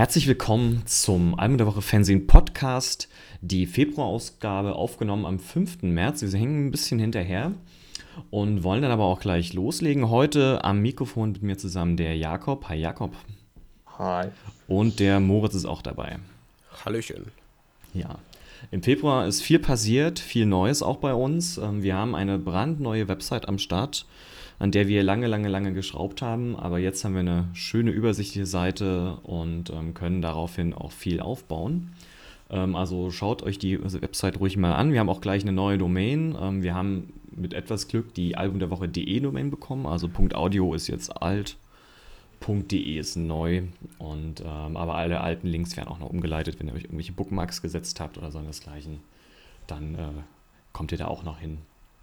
Herzlich willkommen zum Album der Woche Fernsehen Podcast, die Februarausgabe aufgenommen am 5. März. Wir hängen ein bisschen hinterher und wollen dann aber auch gleich loslegen. Heute am Mikrofon mit mir zusammen der Jakob. Hi Jakob. Hi. Und der Moritz ist auch dabei. Hallöchen. Ja, im Februar ist viel passiert, viel Neues auch bei uns. Wir haben eine brandneue Website am Start, an der wir lange geschraubt haben. Aber jetzt haben wir eine schöne übersichtliche Seite und können daraufhin auch viel aufbauen. Also schaut euch die Website ruhig mal an. Wir haben auch gleich eine neue Domain. Wir haben mit etwas Glück die albumderwoche.de Domain bekommen. Also .audio ist jetzt alt. .de ist neu und aber alle alten Links werden auch noch umgeleitet, wenn ihr euch irgendwelche Bookmarks gesetzt habt oder so desgleichen, dann kommt ihr da auch noch hin.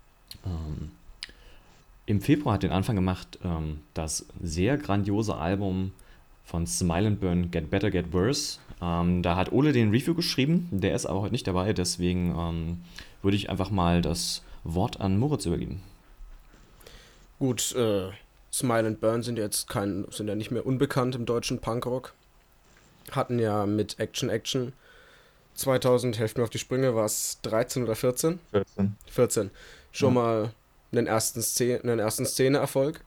Im Februar hat den Anfang gemacht das sehr grandiose Album von Smile and Burn, Get Better, Get Worse. Da hat Ole den Review geschrieben, der ist aber heute nicht dabei, deswegen würde ich einfach mal das Wort an Moritz übergeben. Gut, Smile and Burn sind ja nicht mehr unbekannt im deutschen Punkrock. Hatten ja mit Action 2000, helft mir auf die Sprünge, war es 13 oder 14? 14. Schon mal einen ersten Szene-Erfolg.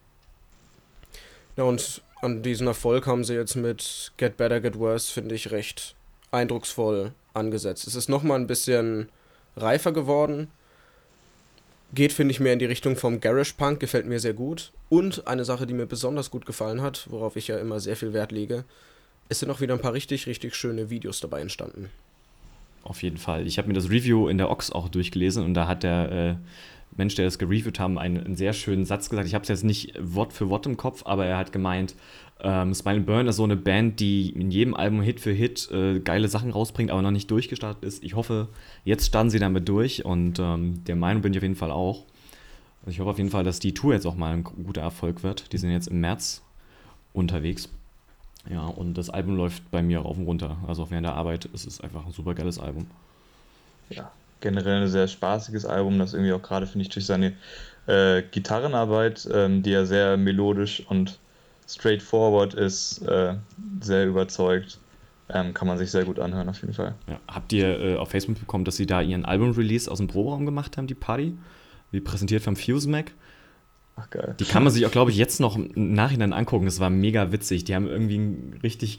Ja, und an diesen Erfolg haben sie jetzt mit Get Better, Get Worse, finde ich, recht eindrucksvoll angesetzt. Es ist nochmal ein bisschen reifer geworden. Geht, finde ich, mehr in die Richtung vom Garage Punk, gefällt mir sehr gut. Und eine Sache, die mir besonders gut gefallen hat, worauf ich ja immer sehr viel Wert lege, es sind auch wieder ein paar richtig schöne Videos dabei entstanden. Auf jeden Fall. Ich habe mir das Review in der Ox auch durchgelesen und da hat der Mensch, der das gereviewt haben, einen sehr schönen Satz gesagt. Ich habe es jetzt nicht Wort für Wort im Kopf, aber er hat gemeint, Smile and Burn ist so eine Band, die in jedem Album Hit für Hit geile Sachen rausbringt, aber noch nicht durchgestartet ist. Ich hoffe, jetzt starten sie damit durch und der Meinung bin ich auf jeden Fall auch. Also ich hoffe auf jeden Fall, dass die Tour jetzt auch mal ein guter Erfolg wird. Die sind jetzt im März unterwegs. Ja, und das Album läuft bei mir rauf und runter. Also auch während der Arbeit ist es einfach ein super geiles Album. Ja, generell ein sehr spaßiges Album, das irgendwie auch gerade, finde ich, durch seine Gitarrenarbeit, die ja sehr melodisch und straightforward ist, sehr überzeugt. Kann man sich sehr gut anhören, auf jeden Fall. Ja. Habt ihr auf Facebook bekommen, dass sie da ihren Album-Release aus dem Proberaum gemacht haben, die Party? Wie präsentiert vom Fuse Mac? Ach, geil. Die kann man sich auch, glaube ich, jetzt noch im Nachhinein angucken. Das war mega witzig. Die haben irgendwie ein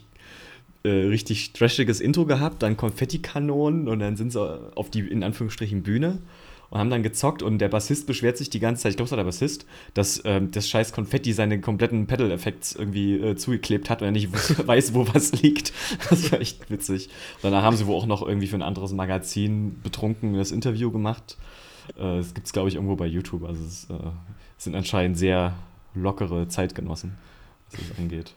richtig trashiges Intro gehabt, dann Konfettikanonen und dann sind sie auf die, in Anführungsstrichen, Bühne und haben dann gezockt und der Bassist beschwert sich die ganze Zeit, ich glaube, es war der Bassist, dass das scheiß Konfetti seine kompletten Pedal-Effekts irgendwie zugeklebt hat und er nicht weiß, wo was liegt. Das war echt witzig. Und danach haben sie wohl auch noch irgendwie für ein anderes Magazin betrunken das Interview gemacht. Das gibt es, glaube ich, irgendwo bei YouTube. Also es sind anscheinend sehr lockere Zeitgenossen, was das angeht.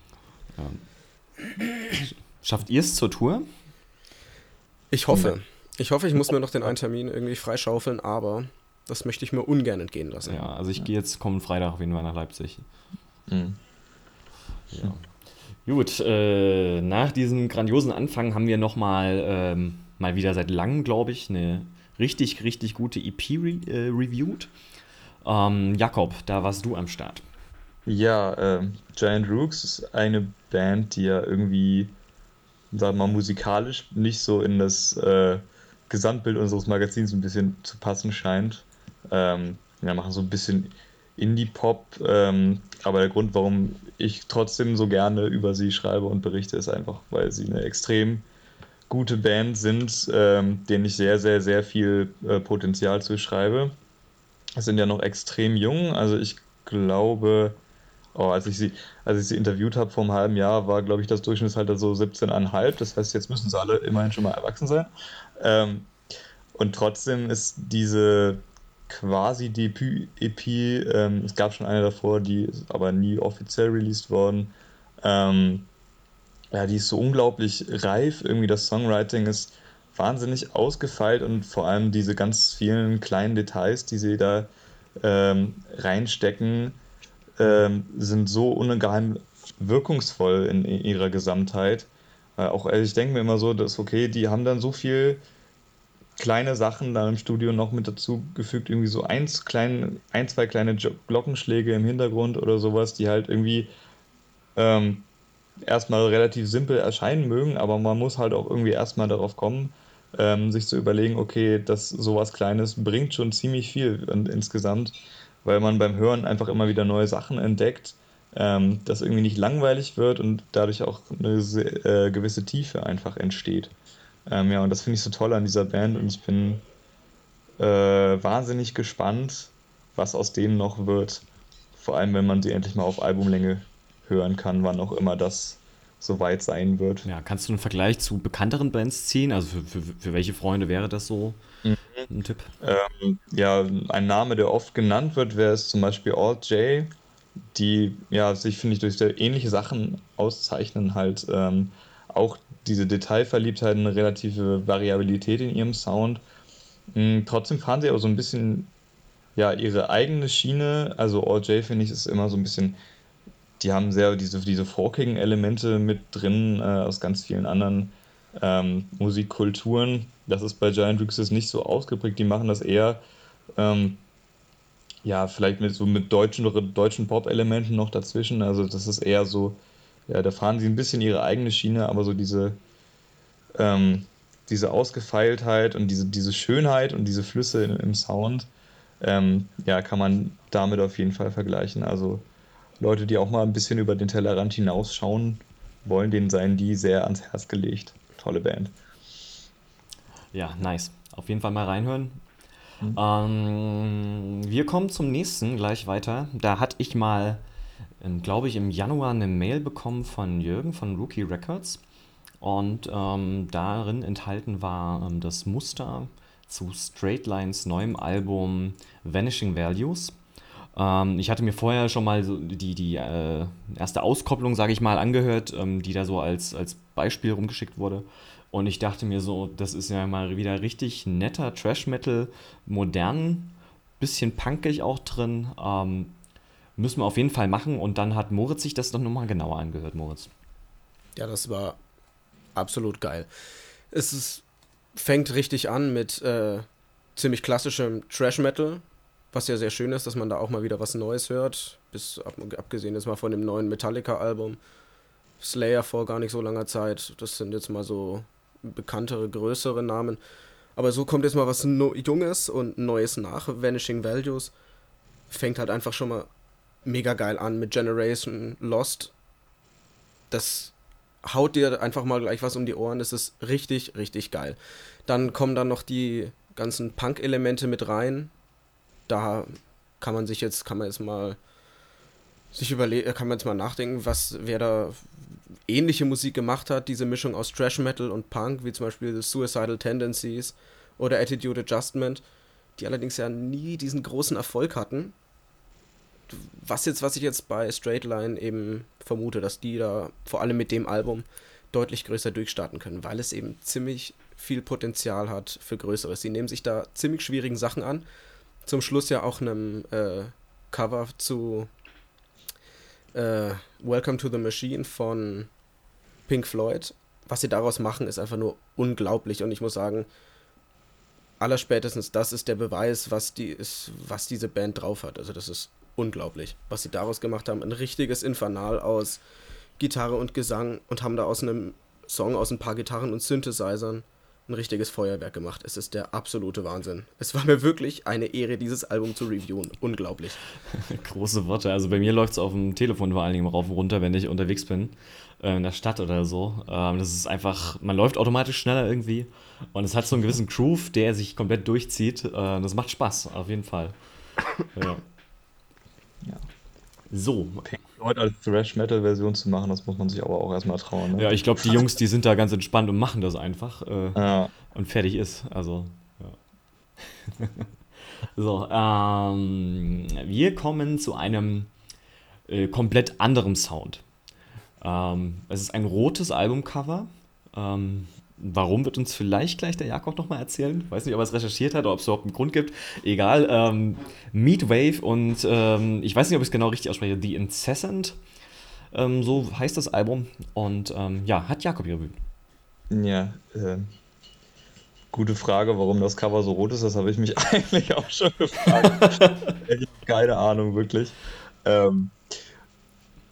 Schafft ihr es zur Tour? Ich hoffe. Ich muss mir noch den einen Termin irgendwie freischaufeln, aber das möchte ich mir ungern entgehen lassen. Ja, also ich gehe jetzt kommenden Freitag auf jeden Fall nach Leipzig. Mhm. Ja. Gut, nach diesem grandiosen Anfang haben wir nochmal mal wieder seit langem, glaube ich, eine richtig gute EP reviewed. Jakob, da warst du am Start. Ja, Giant Rooks ist eine Band, die ja irgendwie, sagen wir mal, musikalisch nicht so in das Gesamtbild unseres Magazins ein bisschen zu passen scheint. Ja, machen so ein bisschen Indie-Pop, aber der Grund, warum ich trotzdem so gerne über sie schreibe und berichte, ist einfach, weil sie eine extrem gute Band sind, denen ich sehr viel Potenzial zuschreibe. Es sind ja noch extrem jung, also ich glaube, als ich sie interviewt habe vor einem halben Jahr, war, glaube ich, das Durchschnittsalter so 17,5. Das heißt, jetzt müssen sie alle immerhin schon mal erwachsen sein. Ähm, und trotzdem ist diese quasi Debüt-EP, es gab schon eine davor, die ist aber nie offiziell released worden. Ähm, ja, die ist so unglaublich reif. Irgendwie das Songwriting ist wahnsinnig ausgefeilt und vor allem diese ganz vielen kleinen Details, die sie da reinstecken, sind so ungeheim wirkungsvoll in ihrer Gesamtheit. Auch also ich denke mir immer so, dass okay, die haben dann so viel kleine Sachen da im Studio noch mit dazu gefügt, irgendwie so zwei kleine Glockenschläge im Hintergrund oder sowas, die halt irgendwie ähm, erstmal relativ simpel erscheinen mögen, aber man muss halt auch irgendwie erstmal darauf kommen, sich zu überlegen, okay, dass sowas Kleines bringt schon ziemlich viel insgesamt, weil man beim Hören einfach immer wieder neue Sachen entdeckt, das irgendwie nicht langweilig wird und dadurch auch eine gewisse Tiefe einfach entsteht. Ja, und das finde ich so toll an dieser Band und ich bin wahnsinnig gespannt, was aus denen noch wird. Vor allem, wenn man sie endlich mal auf Albumlänge hören kann, wann auch immer das soweit sein wird. Ja, kannst du einen Vergleich zu bekannteren Bands ziehen? Also für welche Freunde wäre das so ein Tipp? Ja, ein Name, der oft genannt wird, wäre es zum Beispiel Alt J, die ja sich, finde ich, durch sehr ähnliche Sachen auszeichnen, halt auch diese Detailverliebtheit, eine relative Variabilität in ihrem Sound. Trotzdem fahren sie aber so ein bisschen ja ihre eigene Schiene. Also Alt J finde ich ist immer so ein bisschen, die haben sehr diese folkigen Elemente mit drin aus ganz vielen anderen Musikkulturen. Das ist bei Giant Rooks nicht so ausgeprägt. Die machen das eher ähm, ja, vielleicht mit deutschen Pop-Elementen noch dazwischen. Also das ist eher so, ja, da fahren sie ein bisschen ihre eigene Schiene, aber so ähm, diese Ausgefeiltheit und diese Schönheit und diese Flüsse im Sound, ja, kann man damit auf jeden Fall vergleichen. Also Leute, die auch mal ein bisschen über den Tellerrand hinausschauen wollen, denen seien die sehr ans Herz gelegt. Tolle Band. Ja, nice. Auf jeden Fall mal reinhören. Hm. Wir kommen zum nächsten gleich weiter. Da hatte ich mal, glaube ich, im Januar eine Mail bekommen von Jürgen von Rookie Records. Und darin enthalten war das Muster zu Straight Lines neuem Album Vanishing Values. Ich hatte mir vorher schon mal so die erste Auskopplung, sage ich mal, angehört, die da so als Beispiel rumgeschickt wurde. Und ich dachte mir so, das ist ja mal wieder richtig netter Trash-Metal, modern, bisschen punkig auch drin. Müssen wir auf jeden Fall machen. Und dann hat Moritz sich das noch nochmal genauer angehört, Moritz. Ja, das war absolut geil. Fängt richtig an mit ziemlich klassischem Trash-Metal, was ja sehr schön ist, dass man da auch mal wieder was Neues hört. Abgesehen jetzt mal von dem neuen Metallica-Album. Slayer vor gar nicht so langer Zeit. Das sind jetzt mal so bekanntere, größere Namen. Aber so kommt jetzt mal was Junges und Neues nach. Vanishing Values fängt halt einfach schon mal mega geil an mit Generation Lost. Das haut dir einfach mal gleich was um die Ohren. Das ist richtig, richtig geil. Dann kommen dann noch die ganzen Punk-Elemente mit rein. Da kann man jetzt mal nachdenken, wer da ähnliche Musik gemacht hat, diese Mischung aus Thrash Metal und Punk, wie zum Beispiel Suicidal Tendencies oder Attitude Adjustment, die allerdings ja nie diesen großen Erfolg hatten. Was ich jetzt bei Straight Line eben vermute, dass die da vor allem mit dem Album deutlich größer durchstarten können, weil es eben ziemlich viel Potenzial hat für Größeres. Sie nehmen sich da ziemlich schwierigen Sachen an. Zum Schluss ja auch einem Cover zu Welcome to the Machine von Pink Floyd. Was sie daraus machen, ist einfach nur unglaublich. Und ich muss sagen, allerspätestens das ist der Beweis, was diese Band drauf hat. Also das ist unglaublich, was sie daraus gemacht haben. Ein richtiges Infernal aus Gitarre und Gesang und haben da aus einem Song aus ein paar Gitarren und Synthesizern ein richtiges Feuerwerk gemacht. Es ist der absolute Wahnsinn. Es war mir wirklich eine Ehre, dieses Album zu reviewen. Unglaublich. Große Worte. Also bei mir läuft es auf dem Telefon vor allen Dingen rauf und runter, wenn ich unterwegs bin, in der Stadt oder so. Das ist einfach, man läuft automatisch schneller irgendwie und es hat so einen gewissen Groove, der sich komplett durchzieht. Das macht Spaß, auf jeden Fall. Ja. Ja. So. Pink Floyd als Thrash-Metal-Version zu machen, das muss man sich aber auch erstmal trauen. Ne? Ja, ich glaube, die Jungs, die sind da ganz entspannt und machen das einfach Ja. und fertig ist. Also, ja. So, wir kommen zu einem komplett anderen Sound. Es ist ein rotes Albumcover. Warum, wird uns vielleicht gleich der Jakob nochmal erzählen. Weiß nicht, ob er es recherchiert hat oder ob es überhaupt einen Grund gibt. Egal. Meatwave und ich weiß nicht, ob ich es genau richtig ausspreche. The Incessant. So heißt das Album. Und ja, hat Jakob hier erwähnt. Ja, gute Frage, warum das Cover so rot ist, das habe ich mich eigentlich auch schon gefragt. Ich habe keine Ahnung, wirklich. Ähm,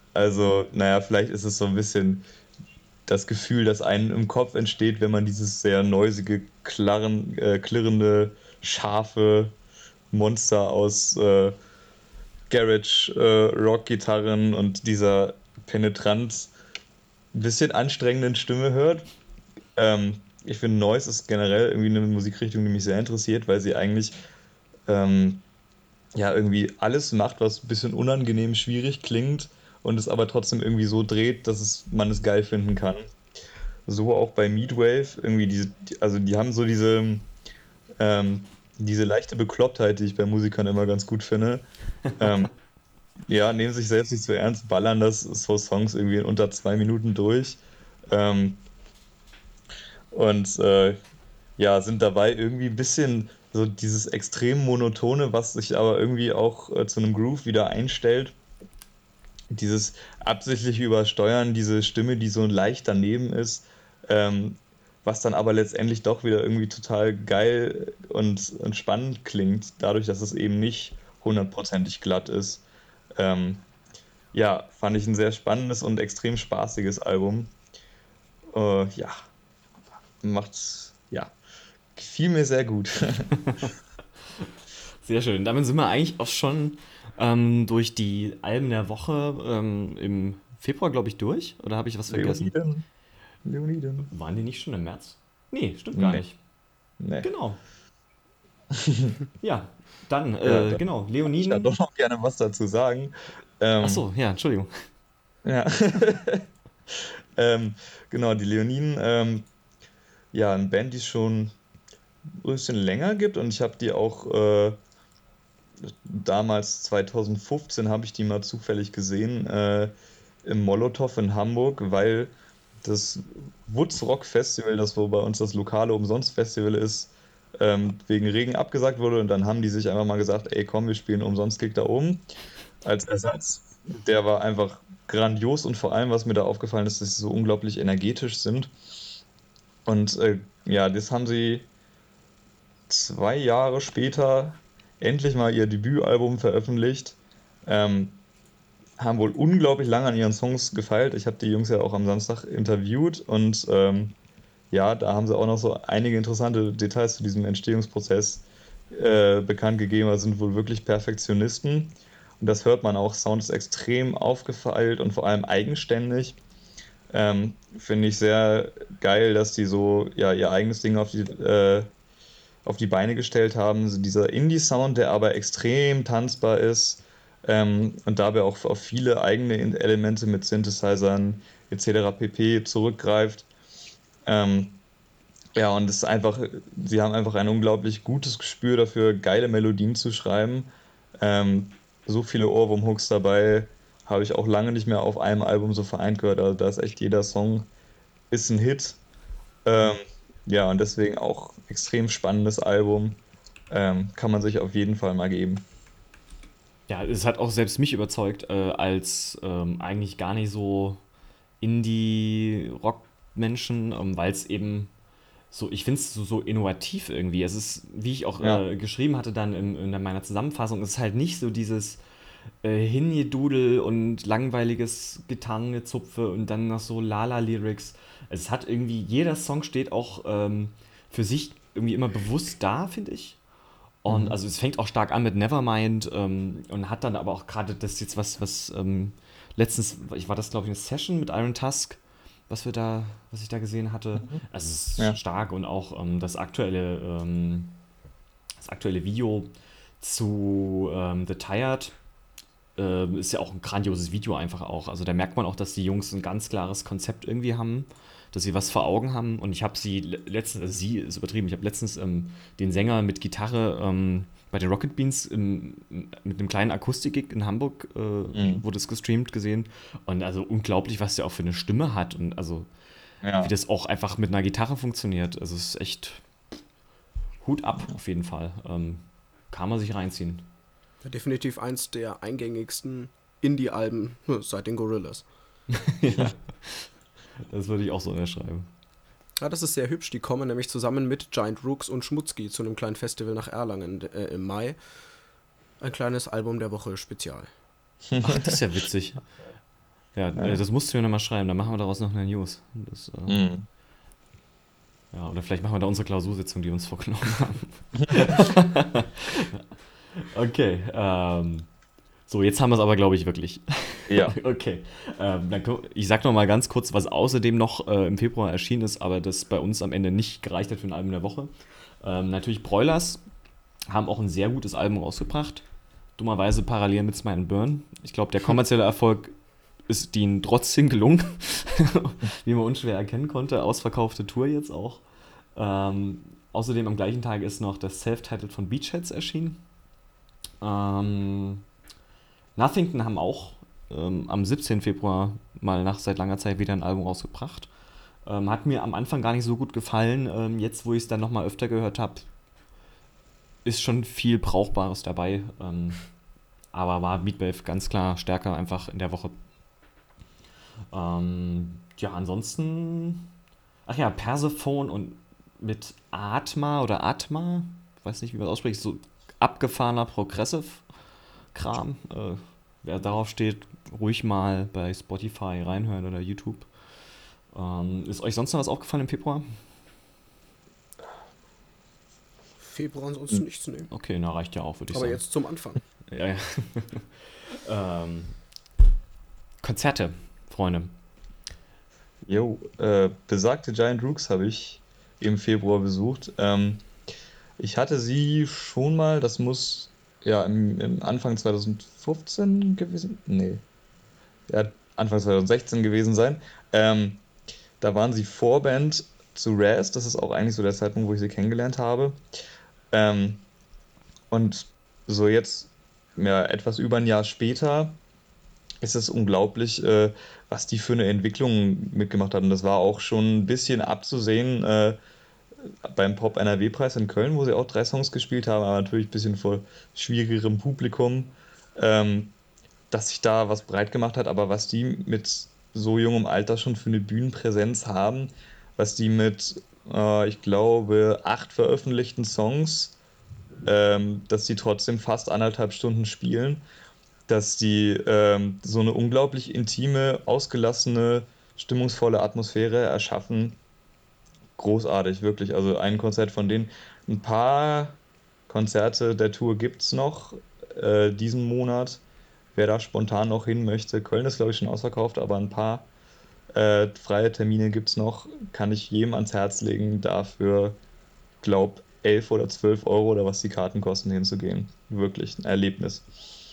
Also, naja, vielleicht ist es so ein bisschen das Gefühl, das einem im Kopf entsteht, wenn man dieses sehr noisige, klirrende, scharfe Monster aus Garage Rock-Gitarren und dieser penetrant ein bisschen anstrengenden Stimme hört. Ich finde, Noise ist generell irgendwie eine Musikrichtung, die mich sehr interessiert, weil sie eigentlich ähm, ja irgendwie alles macht, was ein bisschen unangenehm schwierig klingt und es aber trotzdem irgendwie so dreht, dass man es geil finden kann. So auch bei Meatwave, irgendwie also die haben so ähm, diese leichte Beklopptheit, die ich bei Musikern immer ganz gut finde. Ähm, ja, nehmen sich selbst nicht so ernst, ballern das so Songs irgendwie in unter 2 Minuten durch. Ähm, und ja, sind dabei irgendwie ein bisschen so dieses extrem monotone, was sich aber irgendwie auch zu einem Groove wieder einstellt. Dieses absichtliche Übersteuern, diese Stimme, die so leicht daneben ist, ähm, was dann aber letztendlich doch wieder irgendwie total geil und spannend klingt, dadurch, dass es eben nicht hundertprozentig glatt ist. Ähm, ja, fand ich ein sehr spannendes und extrem spaßiges Album. Ja, ja, gefiel mir sehr gut. Sehr schön. Damit sind wir eigentlich auch schon durch die Alben der Woche im Februar, glaube ich, durch. Oder habe ich was vergessen? Leoniden, Leoniden. Waren die nicht schon im März? Nee, stimmt gar Nee, nicht. nee. Genau. Ja, dann, Ja, dann genau, kann ich da Leoniden. doch noch gerne was dazu sagen. Ach Ähm, so, ja, Entschuldigung. ja. ähm, genau, die Leoniden, ja, eine Band, die es schon ein bisschen länger gibt und ich habe die auch damals 2015 habe ich die mal zufällig gesehen im Molotow in Hamburg, weil das Woods Rock Festival, das wo bei uns das lokale Umsonst-Festival ist, wegen Regen abgesagt wurde und dann haben die sich einfach mal gesagt, ey komm, wir spielen Umsonst-Gig da oben als Ersatz. Der war einfach grandios und vor allem, was mir da aufgefallen ist, dass sie so unglaublich energetisch sind. Und ja, das haben sie 2 Jahre später endlich mal ihr Debütalbum veröffentlicht. Ähm, Haben wohl unglaublich lange an ihren Songs gefeilt. Ich habe die Jungs ja auch am Samstag interviewt und ja, da haben sie auch noch so einige interessante Details zu diesem Entstehungsprozess bekannt gegeben. Also sind wohl wirklich Perfektionisten. Und das hört man auch. Sound ist extrem aufgefeilt und vor allem eigenständig. Finde ich sehr geil, dass die so ja, ihr eigenes Ding auf die Beine gestellt haben. So dieser Indie-Sound, der aber extrem tanzbar ist und dabei auch auf viele eigene Elemente mit Synthesizern etc. pp. Zurückgreift. Ähm, ja, und es ist einfach, sie haben einfach ein unglaublich gutes Gespür dafür, geile Melodien zu schreiben. Ähm, so viele Ohrwurm-Hooks dabei habe ich auch lange nicht mehr auf einem Album so vereint gehört. Also da ist echt jeder Song ist ein Hit. Ähm, ja, und deswegen auch extrem spannendes Album. Kann man sich auf jeden Fall mal geben. Ja, es hat auch selbst mich überzeugt, als eigentlich gar nicht so Indie-Rock-Menschen, weil es eben so, ich finde es so innovativ irgendwie. Es ist, wie ich auch Ja, geschrieben hatte dann in meiner Zusammenfassung, es ist halt nicht so dieses Hingedudel und langweiliges Gitarrengezupfe und dann noch so Lala-Lyrics. Es hat irgendwie, jeder Song steht auch für sich irgendwie immer bewusst da, finde ich. Und mhm. also es fängt auch stark an mit Nevermind und hat dann aber auch gerade das jetzt was letztens, ich war das glaube ich eine Session mit Iron Tusk, was ich da gesehen hatte. Mhm. Also es ist Ja, stark und auch das aktuelle Video zu The Tired ist ja auch ein grandioses Video einfach auch. Also da merkt man auch, dass die Jungs ein ganz klares Konzept irgendwie haben, dass sie was vor Augen haben. Und ich habe sie letztens, also sie ist übertrieben, ich habe letztens den Sänger mit Gitarre bei den Rocket Beans mit einem kleinen Akustik-Gig in Hamburg, mhm. wurde es gestreamt, gesehen. Und also unglaublich, was der auch für eine Stimme hat und also wie Ja. das auch einfach mit einer Gitarre funktioniert. Also es ist echt Hut ab auf jeden Fall. Kann man sich reinziehen. Ja, definitiv eins der eingängigsten Indie-Alben seit den Gorillaz. Ja, das würde ich auch so unterschreiben. Ja, das ist sehr hübsch. Die kommen nämlich zusammen mit Giant Rooks und Schmutzki zu einem kleinen Festival nach Erlangen im Mai. Ein kleines Album der Woche Spezial. Ach, das ist ja witzig. Ja, Ja. das musst du mir nochmal schreiben, dann machen wir daraus noch eine News. Das, Mhm. ja, oder vielleicht machen wir da unsere Klausursitzung, die wir uns vorgenommen haben. Okay, so, jetzt haben wir es aber, glaube ich, wirklich. Ja. Okay, ich sag noch mal ganz kurz, was außerdem noch im Februar erschienen ist, aber das bei uns am Ende nicht gereicht hat für ein Album der Woche. Natürlich Broilers haben auch ein sehr gutes Album rausgebracht. Dummerweise parallel mit Smile and Burn. Ich glaube, der kommerzielle Erfolg ist ihnen trotzdem gelungen, wie man unschwer erkennen konnte. Ausverkaufte Tour jetzt auch. Außerdem am gleichen Tag ist noch das Self-Titled von Beachheads erschienen. Nothington haben auch am 17. Februar mal seit langer Zeit wieder ein Album rausgebracht. Hat mir am Anfang gar nicht so gut gefallen. Jetzt, wo ich es dann nochmal öfter gehört habe, ist schon viel Brauchbares dabei. Aber war Beatwave ganz klar stärker einfach in der Woche. Ja, ansonsten. Ach ja, Persephone und mit Atma oder Atma, weiß nicht, wie man das ausspricht, so abgefahrener Progressive-Kram. Wer darauf steht, ruhig mal bei Spotify reinhören oder YouTube. Ist euch sonst noch was aufgefallen im Februar? Februar ansonsten nichts nehmen. Okay, na reicht ja auch, würde ich Aber sagen. jetzt zum Anfang. Ja, ja. Konzerte, Freunde. Jo, besagte Giant Rooks habe ich im Februar besucht. Ich hatte sie schon mal, das muss ja im Anfang 2015 gewesen, nee, ja, Anfang 2016 gewesen sein. Da waren sie Vorband zu Raz, das ist auch eigentlich so der Zeitpunkt, wo ich sie kennengelernt habe. Ähm, und so jetzt, ja, etwas über ein Jahr später, ist es unglaublich, was die für eine Entwicklung mitgemacht haben. Das war auch schon ein bisschen abzusehen beim Pop NRW-Preis in Köln, wo sie auch 3 Songs gespielt haben, aber natürlich ein bisschen vor schwierigerem Publikum, ähm, dass sich da was breit gemacht hat, aber was die mit so jungem Alter schon für eine Bühnenpräsenz haben, was die mit, ich glaube, 8 veröffentlichten Songs, dass die trotzdem fast 1,5 Stunden spielen, dass die so eine unglaublich intime, ausgelassene, stimmungsvolle Atmosphäre erschaffen. Großartig, wirklich. Also ein Konzert von denen. Ein paar Konzerte der Tour gibt es noch diesen Monat. Wer da spontan noch hin möchte. Köln ist, glaube ich, schon ausverkauft, aber ein paar freie Termine gibt es noch. Kann ich jedem ans Herz legen, dafür, glaub, 11 oder 12 Euro oder was die Karten kosten, hinzugehen. Wirklich ein Erlebnis.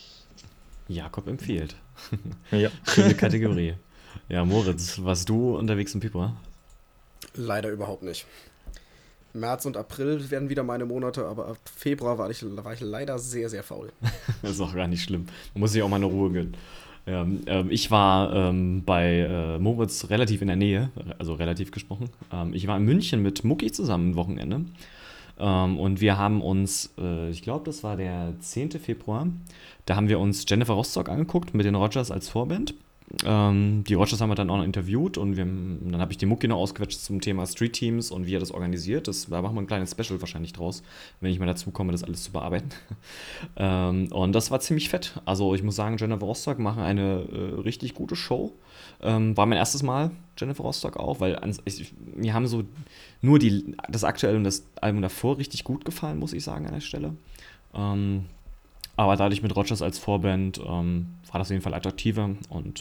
Jakob empfiehlt. Ja. Schöne Kategorie. Ja, Moritz, warst du unterwegs im Februar? Leider überhaupt nicht. März und April werden wieder meine Monate, aber ab Februar war ich leider sehr, sehr faul. Das ist auch gar nicht schlimm. Man muss sich auch mal eine Ruhe gönnen. Ja, ich war bei Moritz relativ in der Nähe, also relativ gesprochen. Ich war in München mit Mucki zusammen ein Wochenende. Und wir haben uns, ich glaube, das war der 10. Februar, da haben wir uns Jennifer Rostock angeguckt mit den Rogers als Vorband. Die Rogers haben wir dann auch noch interviewt und dann habe ich die Mucki noch ausgequetscht zum Thema Street Teams und wie er das organisiert. Da machen wir ein kleines Special wahrscheinlich draus, wenn ich mal dazu komme, das alles zu bearbeiten. Und das war ziemlich fett. Also ich muss sagen, Jennifer Rostock machen eine richtig gute Show. War mein erstes Mal Jennifer Rostock auch, weil mir haben so nur das aktuelle und das Album davor richtig gut gefallen, muss ich sagen, an der Stelle. Aber dadurch mit Rogers als Vorband war das auf jeden Fall attraktiver und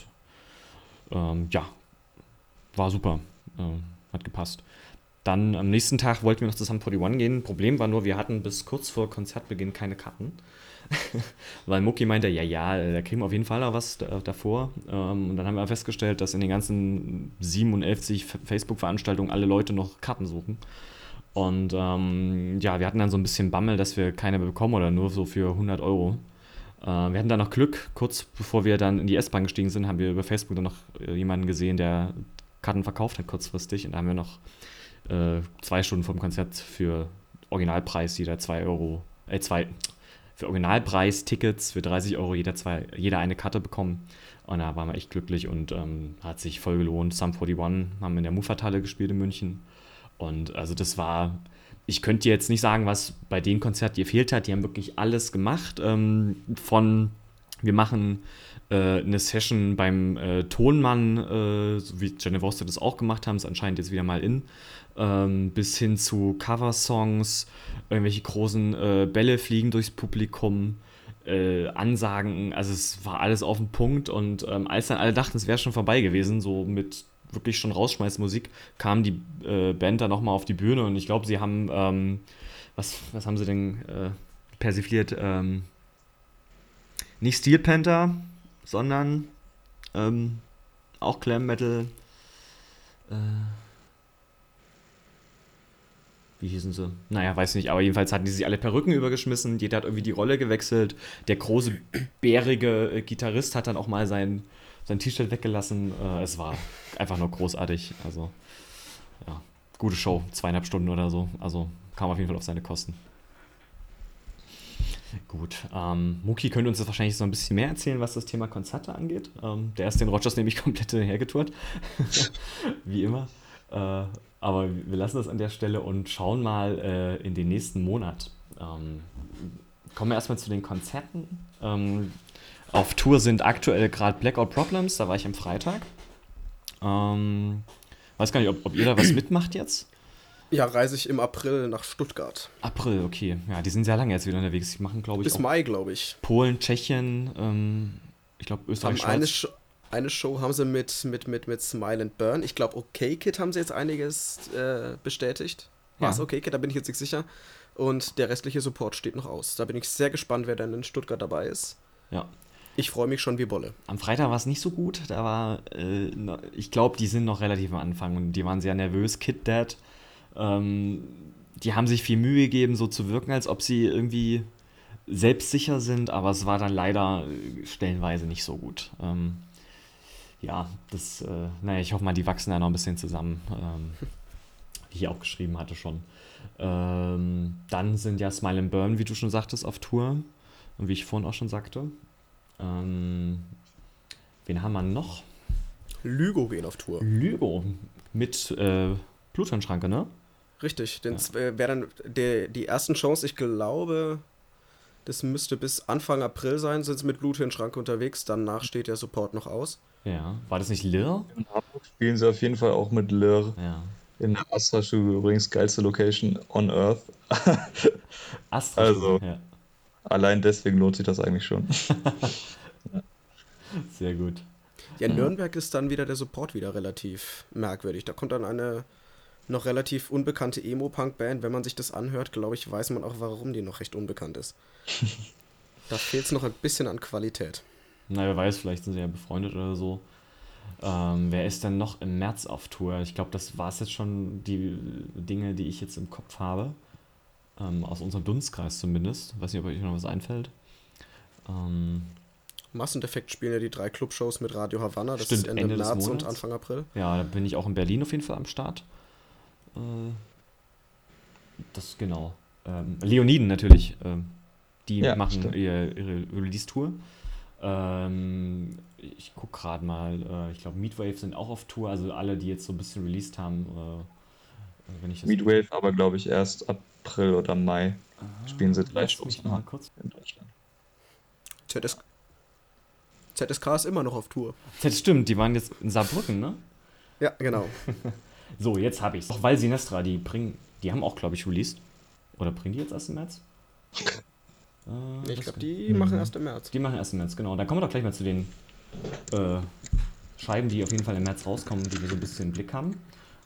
ja, war super. Hat gepasst. Dann am nächsten Tag wollten wir noch zu Sum 41 gehen. Problem war nur, wir hatten bis kurz vor Konzertbeginn keine Karten. Weil Mucki meinte, ja, da kriegen wir auf jeden Fall noch was davor. Und dann haben wir festgestellt, dass in den ganzen 57 Facebook-Veranstaltungen alle Leute noch Karten suchen. Und ja, wir hatten dann so ein bisschen Bammel, dass wir keine bekommen oder nur so für 100 Euro. Wir hatten dann noch Glück, kurz bevor wir dann in die S-Bahn gestiegen sind, haben wir über Facebook dann noch jemanden gesehen, der Karten verkauft hat kurzfristig. Und da haben wir noch 2 Stunden vor dem Konzert für Originalpreis jeder 2 Euro, für Originalpreis-Tickets für 30 Euro jeder eine Karte bekommen. Und da waren wir echt glücklich und hat sich voll gelohnt. Sum 41 haben wir in der Muffathalle gespielt in München. Und also das war, ich könnte dir jetzt nicht sagen, was bei dem Konzert dir gefehlt hat. Die haben wirklich alles gemacht. Wir machen eine Session beim Tonmann, so wie Jenny Voster das auch gemacht haben, ist anscheinend jetzt wieder mal in, bis hin zu Coversongs, irgendwelche großen Bälle fliegen durchs Publikum, Ansagen, also es war alles auf den Punkt und als dann alle dachten, es wäre schon vorbei gewesen, so mit wirklich schon Rausschmeißmusik, kam die Band dann nochmal auf die Bühne und ich glaube, sie haben, was haben sie denn persifliert? Nicht Steel Panther, sondern auch Glam Metal. Äh, wie hießen sie? Naja, weiß nicht, aber jedenfalls hatten die sich alle Perücken übergeschmissen, jeder hat irgendwie die Rolle gewechselt. Der große, bärige Gitarrist hat dann auch mal sein T-Shirt weggelassen. Es war einfach nur großartig. Also, ja, gute Show, 2,5 Stunden oder so. Also kam auf jeden Fall auf seine Kosten. Gut, Muki könnte uns jetzt wahrscheinlich so ein bisschen mehr erzählen, was das Thema Konzerte angeht. Der ist den Rogers nämlich komplett hergetourt. Wie immer. Aber wir lassen das an der Stelle und schauen mal in den nächsten Monat. Kommen wir erstmal zu den Konzerten. Auf Tour sind aktuell gerade Blackout Problems, da war ich am Freitag. Weiß gar nicht, ob ihr da was mitmacht jetzt? Ja, reise ich im April nach Stuttgart. April, okay. Ja, die sind sehr lange jetzt wieder unterwegs. Die machen, glaube ich, Bis auch Mai, glaube ich. Polen, Tschechien, ich glaube Österreich, Haben Schweiz. eine Show haben sie mit Smile and Burn. Ich glaube, Okay Kid haben sie jetzt einiges bestätigt. War es Ja. Okay Kid? Da bin ich jetzt nicht sicher. Und der restliche Support steht noch aus. Da bin ich sehr gespannt, wer dann in Stuttgart dabei ist. Ja. Ich freue mich schon wie Bolle. Am Freitag war es nicht so gut. Da war, ich glaube, die sind noch relativ am Anfang und die waren sehr nervös. Kid Dad, die haben sich viel Mühe gegeben, so zu wirken, als ob sie irgendwie selbstsicher sind, aber es war dann leider stellenweise nicht so gut. Ja, naja, ich hoffe mal, die wachsen da noch ein bisschen zusammen, wie ich auch geschrieben hatte schon. Dann sind ja Smile and Burn, wie du schon sagtest, auf Tour. Und wie ich vorhin auch schon sagte. Wen haben wir noch? Lügo gehen auf Tour. Lügo mit Bluthirnschranke, ne? Richtig, Ja. wäre dann die ersten Shows, ich glaube, das müsste bis Anfang April sein, sind sie mit Bluthirnschranke unterwegs, danach steht der Support noch aus. Ja. War das nicht Lirr? In Hamburg spielen sie auf jeden Fall auch mit Lirr. Ja. In der Astra-Studio übrigens geilste Location on Earth. Astra. Also. Ja. Allein deswegen lohnt sich das eigentlich schon. Sehr gut. Ja, in Nürnberg ist dann wieder der Support wieder relativ merkwürdig. Da kommt dann eine noch relativ unbekannte Emo-Punk-Band. Wenn man sich das anhört, glaube ich, weiß man auch, warum die noch recht unbekannt ist. Da fehlt es noch ein bisschen an Qualität. Na, wer weiß, vielleicht sind sie ja befreundet oder so. Wer ist denn noch im März auf Tour? Ich glaube, das war es jetzt schon, die Dinge, die ich jetzt im Kopf habe. Aus unserem Dunstkreis zumindest. Weiß nicht, ob euch noch was einfällt. Massendefekt spielen ja die 3 Clubshows mit Radio Havanna. Das Stimmt, ist Ende Ende des März und Monats. Anfang April. Ja, da bin ich auch in Berlin auf jeden Fall am Start. Das genau. Leoniden natürlich. Die Ja, machen stimmt. ihre Release-Tour. Ich gucke gerade mal. Ich glaube, Meatwave sind auch auf Tour. Also alle, die jetzt so ein bisschen released haben. Wenn ich das Meatwave aber, glaube ich, erst April oder Mai spielen sie 3 Lass mich Shows mal kurz. in Deutschland. ZSK ist immer noch auf Tour. Das stimmt, die waren jetzt in Saarbrücken, ne? Ja, genau. So, jetzt habe ich's. Auch weil Sinestra, die haben auch, glaube ich, released. Oder bringen die jetzt erst im März? Ich glaube, die machen erst im März. Die machen erst im März, genau. Da kommen wir doch gleich mal zu den Scheiben, die auf jeden Fall im März rauskommen, die wir so ein bisschen im Blick haben.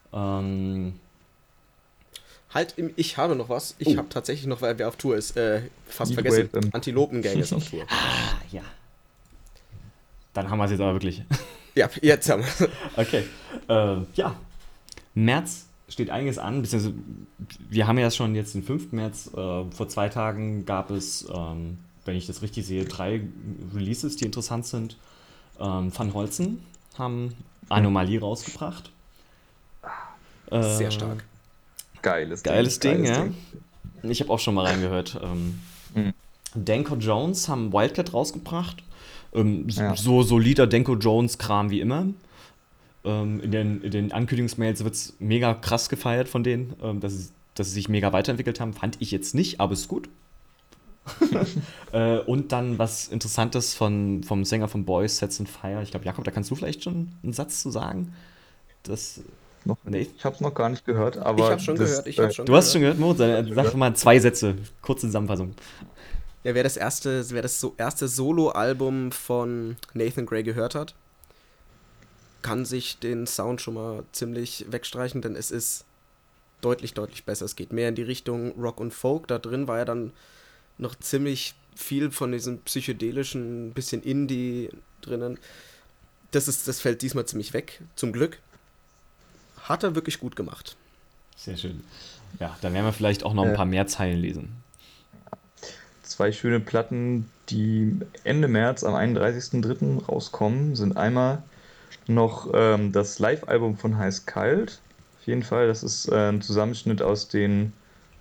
Ich habe noch was. Ich habe tatsächlich noch, weil wer auf Tour ist, fast Meatwave, vergessen. Antilopengang ist auf Tour. Ja. Dann haben wir es jetzt aber wirklich. Ja, jetzt haben wir. Okay. Ja. März steht einiges an. Beziehungsweise wir haben ja schon jetzt den 5. März. Vor 2 Tagen gab es, wenn ich das richtig sehe, 3 Releases, die interessant sind. Van Holzen haben Anomalie rausgebracht. Sehr stark. Geiles Ding, ja. Ding. Ich habe auch schon mal reingehört. Danko Jones haben Wildcat rausgebracht. Ja. So solider Danko Jones-Kram wie immer. In den Ankündigungsmails wird es mega krass gefeiert von denen, dass sie sich mega weiterentwickelt haben. Fand ich jetzt nicht, aber ist gut. Und dann was Interessantes vom Sänger von Boys Sets on Fire. Ich glaube, Jakob, da kannst du vielleicht schon einen Satz zu sagen. Das, Noch, nee. ich habe es noch gar nicht gehört, Ich aber habe schon gehört, ich habe schon Du hast schon gehört. gehört, Mo? Sag doch mal 2 Sätze, kurze Zusammenfassung. Ja, wer das erste Solo-Album von Nathan Gray gehört hat, kann sich den Sound schon mal ziemlich wegstreichen, denn es ist deutlich, deutlich besser. Es geht mehr in die Richtung Rock und Folk. Da drin war ja dann noch ziemlich viel von diesem psychedelischen, bisschen Indie drinnen. Das fällt diesmal ziemlich weg, zum Glück. Hat er wirklich gut gemacht. Sehr schön. Ja, dann werden wir vielleicht auch noch ein paar mehr Zeilen lesen. 2 schöne Platten, die Ende März am 31.03. rauskommen, sind einmal noch das Live-Album von Heiß Kalt. Auf jeden Fall, das ist ein Zusammenschnitt aus den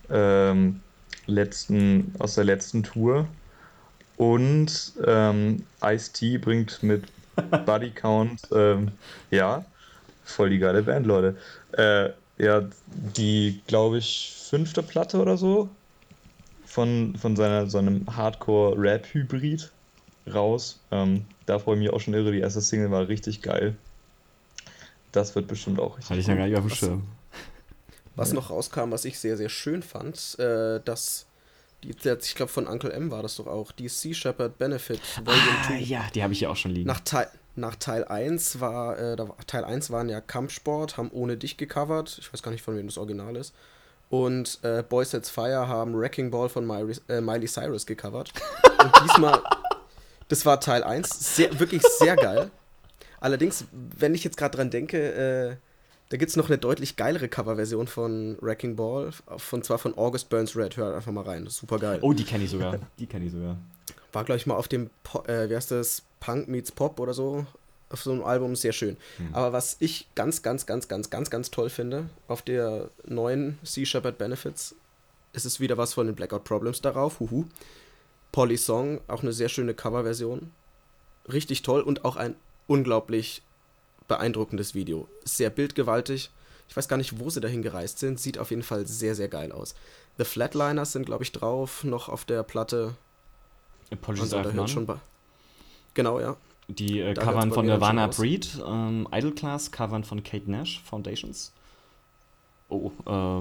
aus der letzten Tour. Und Ice-T bringt mit Body Count, ja, voll die geile Band, Leute. Ja, die, glaube ich, 5. Platte oder so von so einem Hardcore-Rap-Hybrid raus. Da freue ich mich auch schon irre. Die erste Single war richtig geil. Das wird bestimmt auch richtig Hatte ich ja gar nicht auf dem Schirm. Was noch rauskam, was ich sehr, sehr schön fand, ich glaube von Uncle M war das doch auch, die Sea Shepherd Benefit Volume 2. Ja, die habe ich ja auch schon liegen. Nach Teil 1 Teil 1 waren ja Kampfsport, haben Ohne dich gecovert. Ich weiß gar nicht, von wem das Original ist. Und Boys Sets Fire haben Wrecking Ball von Miley Cyrus gecovert. Und diesmal, das war Teil 1, wirklich sehr geil. Allerdings, wenn ich jetzt gerade dran denke, da gibt es noch eine deutlich geilere Coverversion von Wrecking Ball, zwar von August Burns Red. Hört einfach mal rein, das ist super geil. Oh, die kenne ich sogar. War, glaube ich, mal auf dem, wie heißt das, Punk Meets Pop oder so, auf so einem Album, sehr schön. Aber was ich ganz, ganz, ganz, ganz, ganz, ganz toll finde, auf der neuen Sea Shepherd Benefits, ist es wieder was von den Blackout Problems darauf, Polly Song, auch eine sehr schöne Coverversion. Richtig toll und auch ein unglaublich beeindruckendes Video. Sehr bildgewaltig. Ich weiß gar nicht, wo sie dahin gereist sind. Sieht auf jeden Fall sehr, sehr geil aus. The Flatliners sind, glaube ich, drauf, noch auf der Platte. Apologies Also, da hört schon genau, ja. Die Da Covern hört's bei von mir dann Nirvana schon raus. Breed, Idle Class, Covern von Kate Nash, Foundations. Oh,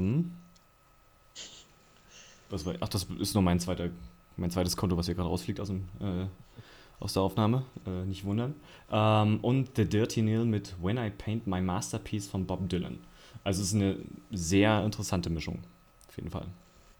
das ist nur mein zweites Konto, was hier gerade rausfliegt aus der Aufnahme. Nicht wundern. Und The Dirty Nil mit When I Paint My Masterpiece von Bob Dylan. Also es ist eine sehr interessante Mischung. Auf jeden Fall.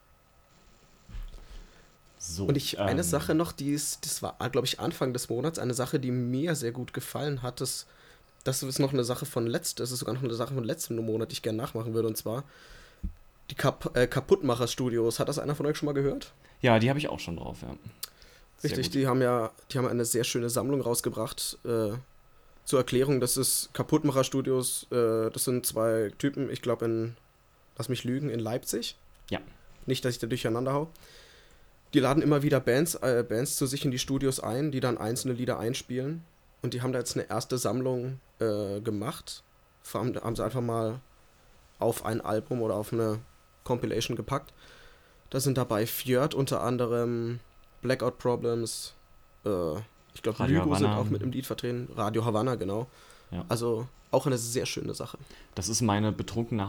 So, Und eine Sache noch, das war, glaube ich, Anfang des Monats, eine Sache, die mir sehr gut gefallen hat, das ist noch eine Sache das ist sogar noch eine Sache von letztem Monat, die ich gerne nachmachen würde, und zwar die Kaputtmacher-Studios. Hat das einer von euch schon mal gehört? Ja, die habe ich auch schon drauf, ja. Sehr Richtig, gut. die haben eine sehr schöne Sammlung rausgebracht. Zur Erklärung, das ist Kaputtmacher-Studios, das sind 2 Typen, ich glaube lass mich lügen, in Leipzig. Ja. Nicht, dass ich da durcheinander hau. Die laden immer wieder Bands zu sich in die Studios ein, die dann einzelne Lieder einspielen. Und die haben da jetzt eine erste Sammlung gemacht. Haben sie einfach mal auf ein Album oder auf eine Compilation gepackt. Da sind dabei Fjord unter anderem, Blackout Problems, ich glaube Radio Lygo sind Havanna. auch mit im Lied vertreten. Radio Havanna, genau. Ja. Also auch eine sehr schöne Sache. Das ist meine betrunkene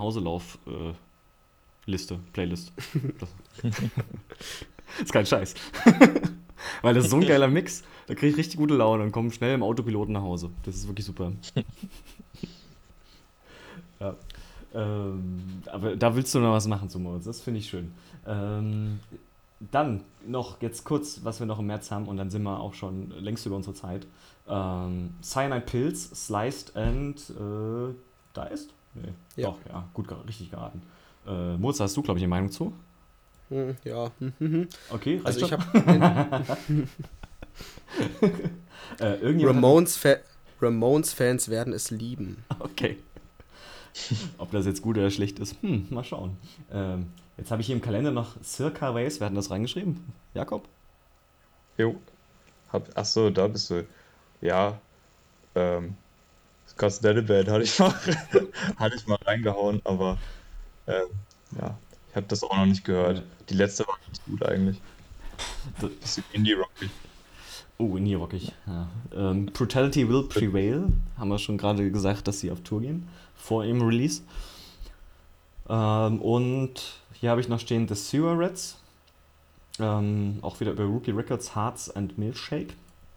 Playlist. Das ist kein Scheiß. Weil das ist so ein geiler Mix. Da kriege ich richtig gute Laune und komme schnell im Autopiloten nach Hause. Das ist wirklich super. Ja. Aber da willst du noch was machen zu Moritz. Das finde ich schön. Dann noch jetzt kurz, was wir noch im März haben und dann sind wir auch schon längst über unsere Zeit. Cyanide Pills, Sliced and Diced? Nee, Ja. Doch, ja, gut, richtig geraten. Moritz, hast du, glaube ich, eine Meinung zu? Ja. Okay, reicht Also ich schon? habe Irgendjemand Ramones-Fans werden es lieben. Okay. Ob das jetzt gut oder schlecht ist, mal schauen. Jetzt habe ich hier im Kalender noch Circa Waves, wer hat denn das reingeschrieben? Jakob? Jo. Achso, da bist du. Ja. Scott Band hatte ich mal reingehauen, aber ja, ich habe das auch noch nicht gehört. Die letzte war nicht gut eigentlich. Bisschen Indie-Rockig. Oh, nie rockig. Ja. Brutality Will Prevail. Haben wir schon gerade gesagt, dass sie auf Tour gehen. Vor ihrem Release. Und hier habe ich noch stehen The Sewer Rats. Auch wieder über Rookie Records, Hearts and Milkshake.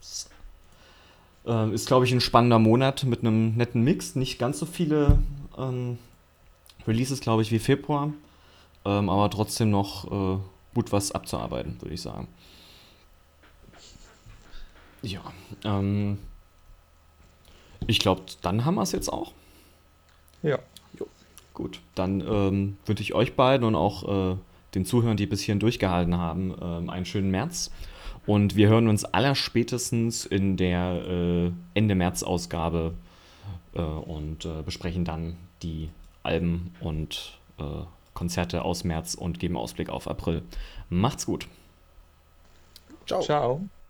Ist, glaube ich, ein spannender Monat mit einem netten Mix. Nicht ganz so viele Releases, glaube ich, wie Februar. Aber trotzdem noch gut was abzuarbeiten, würde ich sagen. Ja, ich glaube, dann haben wir es jetzt auch. Ja. Gut, dann wünsche ich euch beiden und auch den Zuhörern, die bis hierhin durchgehalten haben, einen schönen März. Und wir hören uns allerspätestens in der Ende März-Ausgabe und besprechen dann die Alben und Konzerte aus März und geben Ausblick auf April. Macht's gut. Ciao. Ciao.